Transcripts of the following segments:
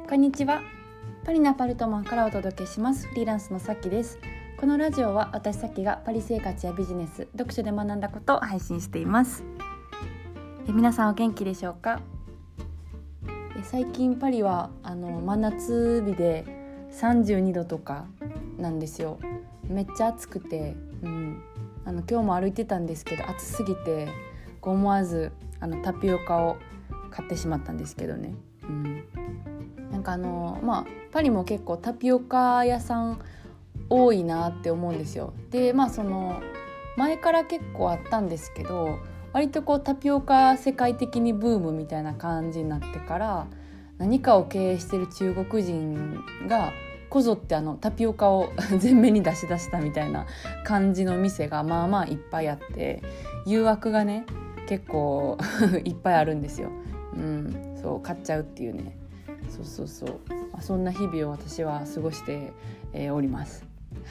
こんにちは。パリのアパルトマンからお届けします。フリーランスのさきです。このラジオは私さきがパリ生活やビジネス、読書で学んだことを配信しています。皆さんお元気でしょうか？最近パリは真夏日で32度とかなんですよ。めっちゃ暑くて、今日も歩いてたんですけど、暑すぎて思わずタピオカを買ってしまったんですけどね。パリも結構タピオカ屋さん多いなって思うんですよ。で前から結構あったんですけど、割とタピオカ世界的にブームみたいな感じになってから、何かを経営してる中国人がこぞってタピオカを前面に出したみたいな感じの店がまあまあいっぱいあって、誘惑がね結構いっぱいあるんですよ。そう買っちゃうっていうね。そんな日々を私は過ごして、おります。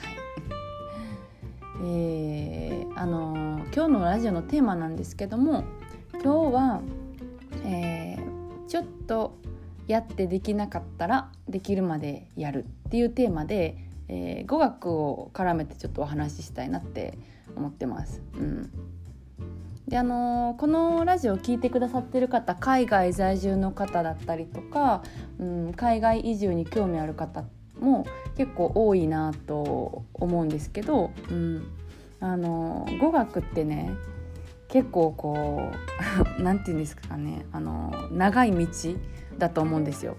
今日のラジオのテーマなんですけども、今日は、ちょっとやってできなかったらできるまでやるっていうテーマで、語学を絡めてちょっとお話ししたいなって思ってます。でこのラジオを聞いてくださってる方、海外在住の方だったりとか、海外移住に興味ある方も結構多いなと思うんですけど、語学ってね結構なんていうんですかね、長い道だと思うんですよ。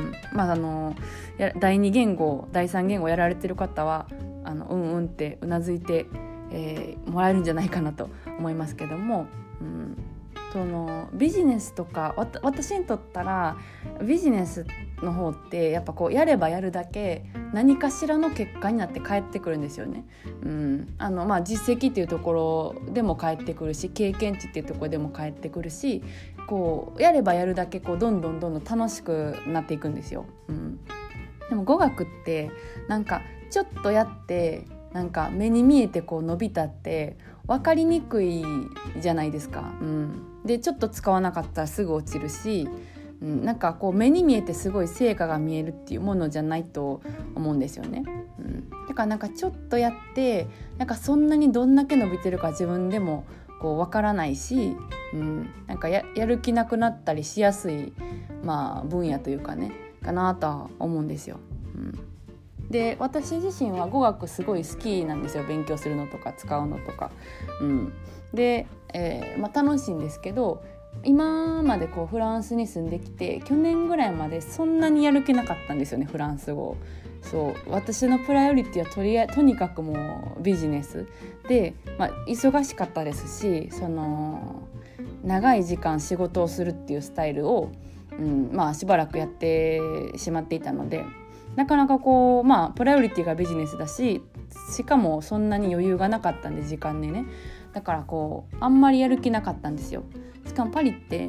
第2言語第3言語やられてる方はってうなずいてもらえるんじゃないかなと思いますけども、ビジネスとか私にとったらビジネスの方ってやっぱやればやるだけ何かしらの結果になって返ってくるんですよね。実績っていうところでも返ってくるし、経験値っていうところでも返ってくるし、やればやるだけどんどん楽しくなっていくんですよ。でも語学ってちょっとやって目に見えて伸びたって分かりにくいじゃないですか。でちょっと使わなかったらすぐ落ちるし、目に見えてすごい成果が見えるっていうものじゃないと思うんですよね。だからちょっとやってそんなにどんだけ伸びてるか自分でも分からないし、やる気なくなったりしやすい、分野というかねかなとは思うんですよ。で私自身は語学すごい好きなんですよ。勉強するのとか使うのとか、で、楽しいんですけど、今までフランスに住んできて去年ぐらいまでそんなにやる気なかったんですよね、フランス語。私のプライオリティはとにかくもうビジネスで、忙しかったですし、長い時間仕事をするっていうスタイルを、しばらくやってしまっていたので、なかなかプライオリティがビジネスだし、しかもそんなに余裕がなかったんで時間でね、だからあんまりやる気なかったんですよ。しかもパリって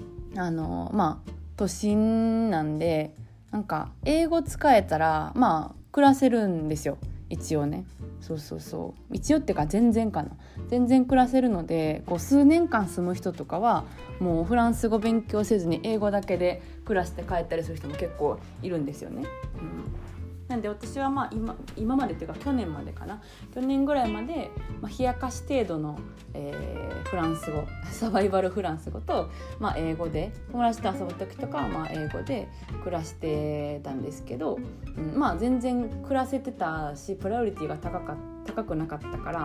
都心なんで、英語使えたら暮らせるんですよ、一応ね。一応っていうか全然暮らせるので、数年間住む人とかはもうフランス語勉強せずに英語だけで暮らして帰ったりする人も結構いるんですよね。なんで私は今までっていうか去年ぐらいまで、冷やかし程度の、フランス語サバイバルフランス語と、英語で友達と遊ぶ時とかは英語で暮らしてたんですけど、全然暮らせてたし、プライオリティが高くなかったから、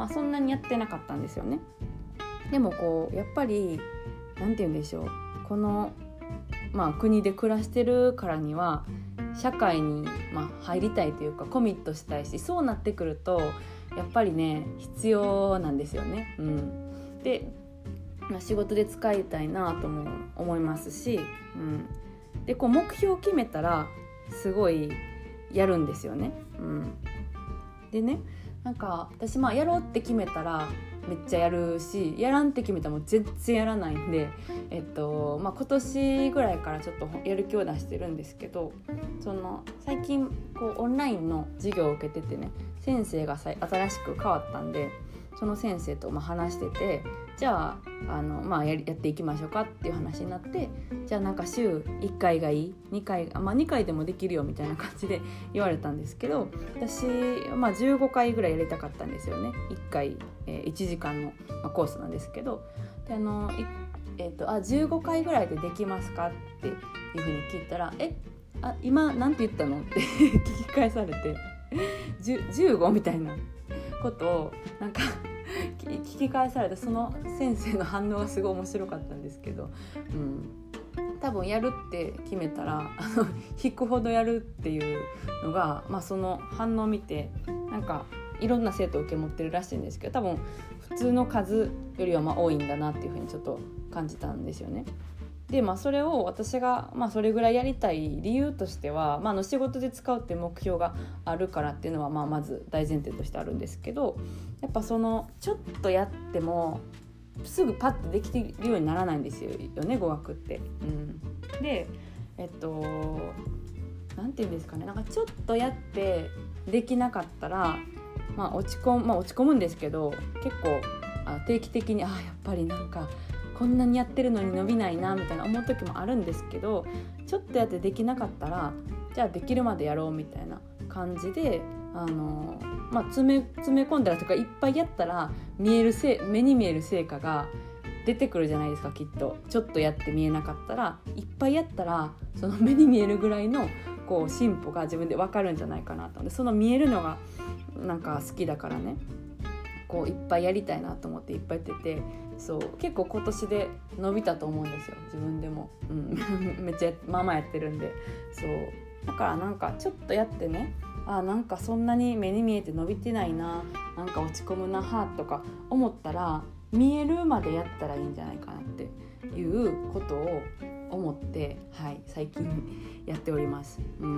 そんなにやってなかったんですよね。でもやっぱりなんて言うんでしょう、この、国で暮らしてるからには社会に、入りたいというかコミットしたいし、そうなってくるとやっぱりね必要なんですよね。で、仕事で使いたいなとも思いますし、で目標を決めたらすごいやるんですよね。でね私やろうって決めたらめっちゃやるし、やらんって決めたらもう全然やらないんで、今年ぐらいからちょっとやる気を出してるんですけど、最近オンラインの授業を受けててね、先生が新しく変わったんで、 その先生と話してて、じゃあ、やっていきましょうかっていう話になって、じゃあなんか週1回がいい2回、2回でもできるよみたいな感じで言われたんですけど、私、15回ぐらいやりたかったんですよね。1回、1時間の、コースなんですけど、で15回ぐらいでできますかっていうふうに聞いたら、今なんて言ったのって聞き返されて15みたいなことをなんか聞き返されて、その先生の反応がすごい面白かったんですけど、多分やるって決めたら引くほどやるっていうのが、その反応を見てなんかいろんな生徒を受け持ってるらしいんですけど、多分普通の数よりは多いんだなっていうふうにちょっと感じたんですよね。で、それを私が、それぐらいやりたい理由としては、仕事で使うっていう目標があるからっていうのは、まず大前提としてあるんですけど、やっぱそのちょっとやってもすぐパッとできているようにならないんですよね、語学って、でなんていうんですかね、なんかちょっとやってできなかったら、落ち込むんですけど、結構定期的にやっぱりなんかこんなにやってるのに伸びないなみたいな思う時もあるんですけど、ちょっとやってできなかったらじゃあできるまでやろうみたいな感じで詰め込んだらとか、いっぱいやったら目に見える成果が出てくるじゃないですか、きっと。ちょっとやって見えなかったら、いっぱいやったらその目に見えるぐらいの進歩が自分で分かるんじゃないかなと。でその見えるのがなんか好きだからね、いっぱいやりたいなと思っていっぱいやってて、結構今年で伸びたと思うんですよ、自分でも、めっちゃやってるんで。だからなんかちょっとやってね、なんかそんなに目に見えて伸びてないな、なんか落ち込むなとか思ったら、見えるまでやったらいいんじゃないかなっていうことを思って、最近やっております。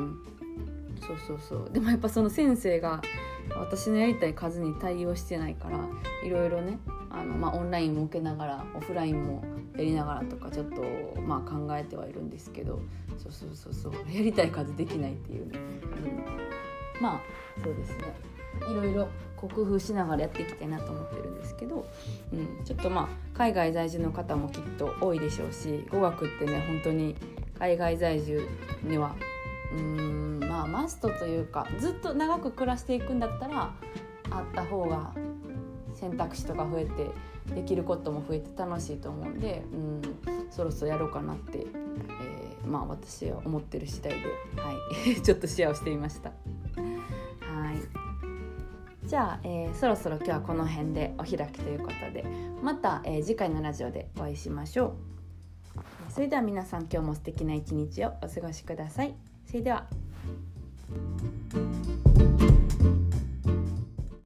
でもやっぱその先生が私のやりたい数に対応してないから、いろいろね、オンラインも受けながらオフラインもやりながらとかちょっと考えてはいるんですけど、やりたい数できないっていうね、そうですね、いろいろ工夫しながらやっていきたいなと思ってるんですけど、ちょっと海外在住の方もきっと多いでしょうし、語学ってね、本当に海外在住にはマストというか、ずっと長く暮らしていくんだったらあった方が選択肢とか増えてできることも増えて楽しいと思うんで、そろそろやろうかなって、私は思ってる次第で、ちょっとシェアをしてみました。じゃあ、そろそろ今日はこの辺でお開きということで、また、次回のラジオでお会いしましょう。それでは皆さん、今日も素敵な一日をお過ごしください。それでは。